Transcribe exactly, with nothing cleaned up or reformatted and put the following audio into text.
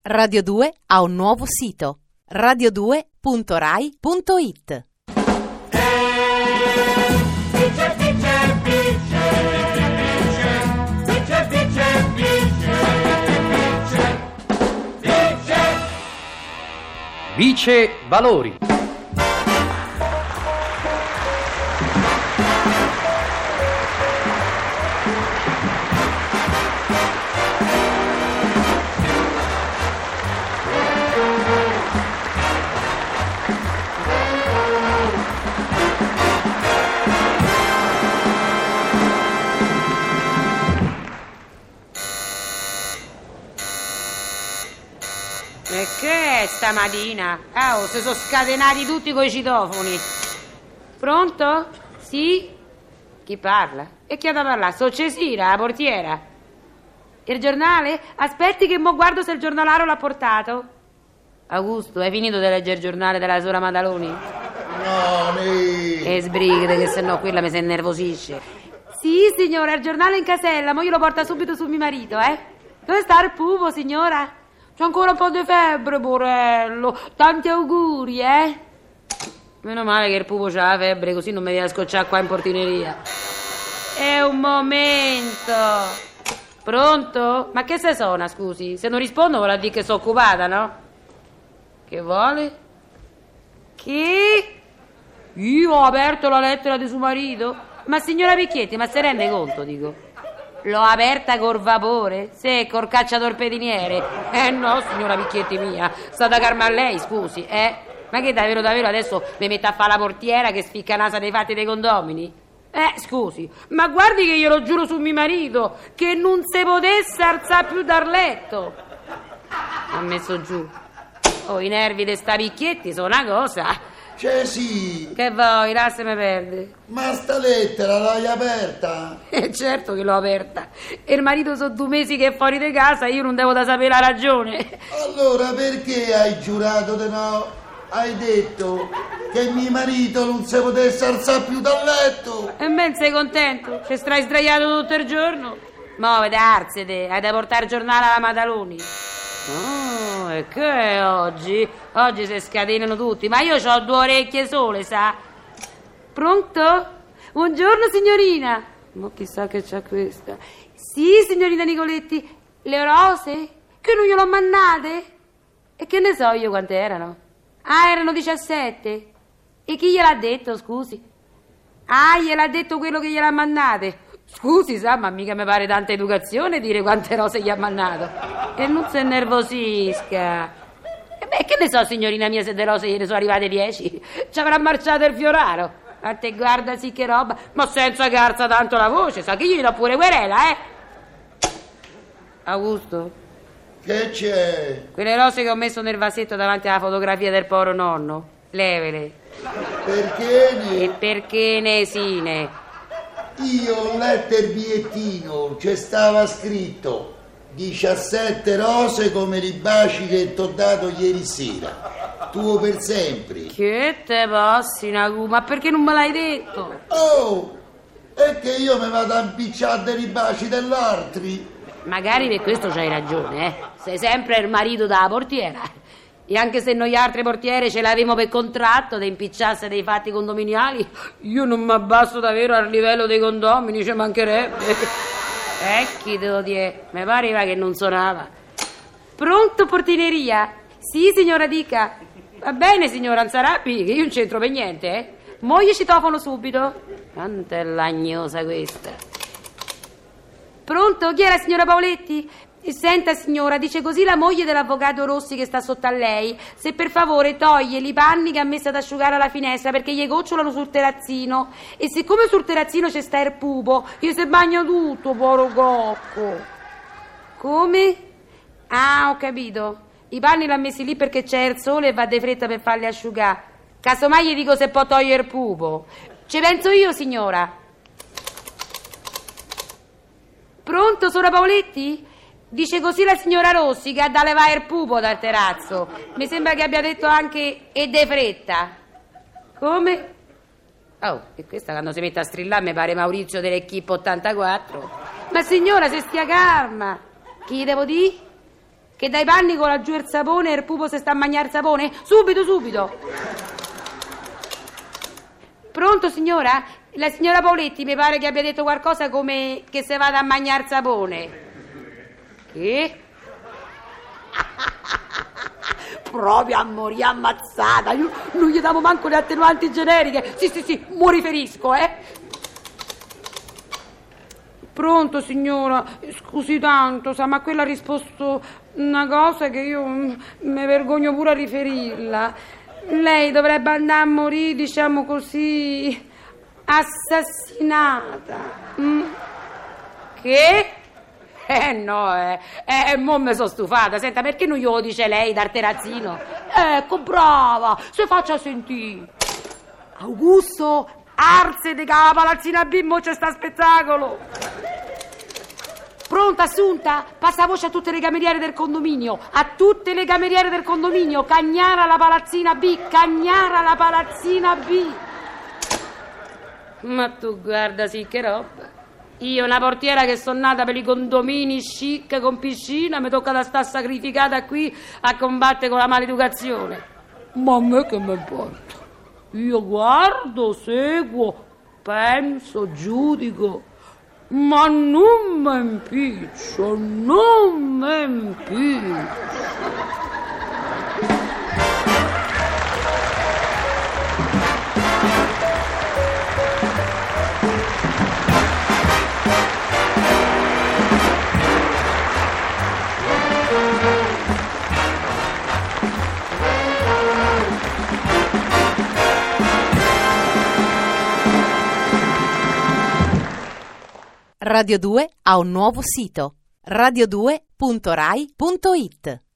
Radio due ha un nuovo sito: radio due punto rai punto it. Vice Valori. E che è stamattina? Ah, oh, si sono scatenati tutti coi citofoni. Pronto? Sì? Chi parla? E chi ha da parlare? So Cesira, la portiera. Il giornale? Aspetti che mo guardo se il giornalaro l'ha portato. Augusto, hai finito di leggere il giornale della Sora Madaloni? No, ne... E sbrigate che sennò quella mi si innervosisce. Sì, signora, il giornale in casella, mo glielo porta subito su mio marito, eh? Dove sta il pupo, signora? C'ho ancora un po' di febbre, porello. Tanti auguri, eh? Meno male che il pupo c'ha la febbre, così non mi viene a scocciare qua in portineria. È un momento. Pronto? Ma che se suona, scusi? Se non rispondo vuol dire che sono occupata, no? Che vuole? Che? Io ho aperto la lettera di suo marito? Ma signora Picchietti, ma se rende conto, dico? L'ho aperta col vapore? Sì, col cacciatorpediniere. Eh no, signora Picchietti mia, sta da calma a lei, scusi, eh? Ma che davvero, davvero adesso mi mette a fare la portiera che spicca nasa dei fatti dei condomini? Eh, scusi, ma guardi che glielo giuro su mio marito, che non se potesse alzare più dal letto. Ha messo giù. Oh, i nervi di sta Picchietti sono una cosa. C'è sì. Che vuoi, là se mi perde. Ma sta lettera l'hai aperta? Eh, certo che l'ho aperta. E il marito sono due mesi che è fuori di casa, io non devo da sapere la ragione. Allora perché hai giurato di no? Hai detto che mio marito non si potesse alzare più dal letto. E ben sei contento? Ci stai sdraiato tutto il giorno? Muovete, arzete, hai da portare il giornale alla Madaloni. Oh, e che è oggi? Oggi si scatenano tutti, ma io ho due orecchie sole, sa? Pronto? Buongiorno signorina. Ma chissà che c'ha questa. Sì, signorina Nicoletti. Le rose? Che non glielo mandate? E che ne so io quante erano? Ah, erano diciassette. E chi gliel'ha detto, scusi? Ah, gliel'ha detto quello che gliel'ha mandate. Scusi, sa, ma mica mi pare tanta educazione dire quante rose gli ha mandato. E non si innervosisca. E beh, che ne so, signorina mia, se de rose gliene sono arrivate dieci. Ci avrà marciato il fioraro. A te guarda sì che roba. Ma senza che alza tanto la voce, sa che io gli do pure querela, eh. Augusto? Che c'è? Quelle rose che ho messo nel vasetto davanti alla fotografia del povero nonno, levele. Perché ne... E perché ne sine? Io ho letto il bigliettino, c'è stava scritto diciassette rose come i baci che t'ho dato ieri sera. Tuo per sempre. Che te passi, Nagu? Ma perché non me l'hai detto? Oh, è che io mi vado a impicciare dei baci dell'altri. Magari per questo c'hai ragione, eh. Sei sempre il marito della portiera. E anche se noi altre portiere ce l'avemo per contratto da impicciarsi dei fatti condominiali, io non mi abbasso davvero al livello dei condomini, ci mancherebbe. Eh, chi te lo die? Mi pareva che non suonava. Pronto, portineria? Sì, signora, dica. Va bene, signora, non si arrabbi, che io non c'entro per niente, eh. Mo gli citofono subito. Quanto è lagnosa questa. Pronto? Chi è la signora Paoletti? Senta signora, dice così la moglie dell'avvocato Rossi che sta sotto a lei, se per favore toglie i panni che ha messo ad asciugare alla finestra perché gli gocciolano sul terrazzino, e siccome sul terrazzino c'è sta il pupo, gli si bagna tutto, povero cocco. Come? Ah, ho capito, i panni l'ha messi lì perché c'è il sole e va di fretta per farli asciugare. Casomai gli dico se può togliere il pupo. Ci penso io, signora. Pronto, sora Paoletti? Dice così la signora Rossi che ha da levare il pupo dal terrazzo. Mi sembra che abbia detto anche e de fretta. Come? Oh, e questa quando si mette a strillare mi pare Maurizio dell'Equipe ottantaquattro. Ma signora, se stia calma. Chi gli devo dire? che dai panni con laggiù il sapone e il pupo si sta a mangiare il sapone? Subito, subito. Pronto, signora? La signora Pauletti mi pare che abbia detto qualcosa come che se vada a mangiare il sapone. Che? Proprio a morire ammazzata. Io non gli davo manco le attenuanti generiche. Sì, sì, sì, mo riferisco, eh. Pronto, signora? Scusi tanto, sa, ma quella ha risposto una cosa che io mi vergogno pure a riferirla. Lei dovrebbe andare a morire, diciamo così, assassinata. Mm. Che? Eh no, eh, eh, mo me sono stufata. Senta, perché non glielo dice lei dal terrazzino? Ecco, brava, se faccia sentire. Augusto, arsene che la palazzina B, mo c'è sta spettacolo. Pronta, Assunta? Passa voce a tutte le cameriere del condominio. A tutte le cameriere del condominio. Cagnara la palazzina B, Cagnara la palazzina B. Ma tu guarda, sì, che roba. Io, una portiera che sono nata per i condomini chic con piscina, mi tocca da sta sacrificata qui a combattere con la maleducazione. Ma a me che mi importa? Io guardo, seguo, penso, giudico, ma non mi impiccio, non mi impiccio. Radio due ha un nuovo sito, radio due punto rai punto it.